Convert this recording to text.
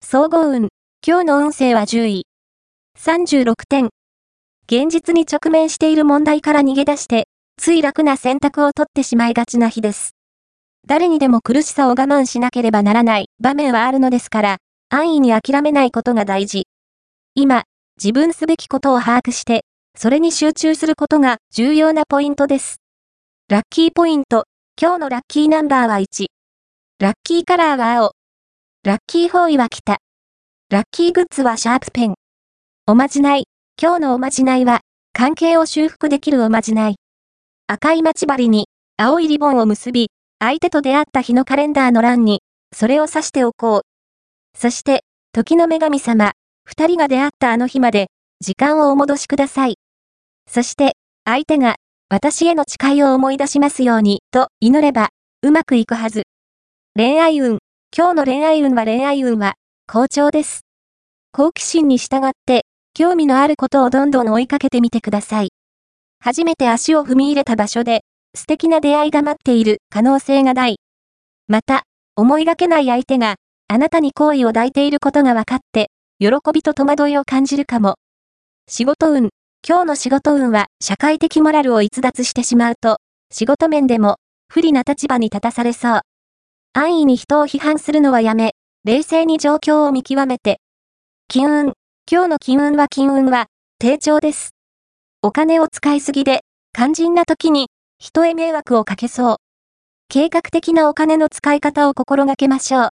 総合運。今日の運勢は10位。36点。現実に直面している問題から逃げ出して、つい楽な選択を取ってしまいがちな日です。誰にでも苦しさを我慢しなければならない場面はあるのですから、安易に諦めないことが大事。今、自分すべきことを把握して、それに集中することが重要なポイントです。ラッキーポイント。今日のラッキーナンバーは1。ラッキーカラーは青。ラッキーフォーイは北。ラッキーグッズはシャープペン。おまじない。今日のおまじないは、関係を修復できるおまじない。赤い待ち針に、青いリボンを結び、相手と出会った日のカレンダーの欄に、それを刺しておこう。そして、時の女神様、二人が出会ったあの日まで、時間をお戻しください。そして、相手が、私への誓いを思い出しますように、と祈れば、うまくいくはず。恋愛運。今日の恋愛運は、好調です。好奇心に従って、興味のあることをどんどん追いかけてみてください。初めて足を踏み入れた場所で、素敵な出会いが待っている可能性が大。また、思いがけない相手が、あなたに好意を抱いていることが分かって、喜びと戸惑いを感じるかも。仕事運。今日の仕事運は、社会的モラルを逸脱してしまうと、仕事面でも、不利な立場に立たされそう。安易に人を批判するのはやめ、冷静に状況を見極めて。金運。今日の金運は、低調です。お金を使いすぎで、肝心な時に、人へ迷惑をかけそう。計画的なお金の使い方を心がけましょう。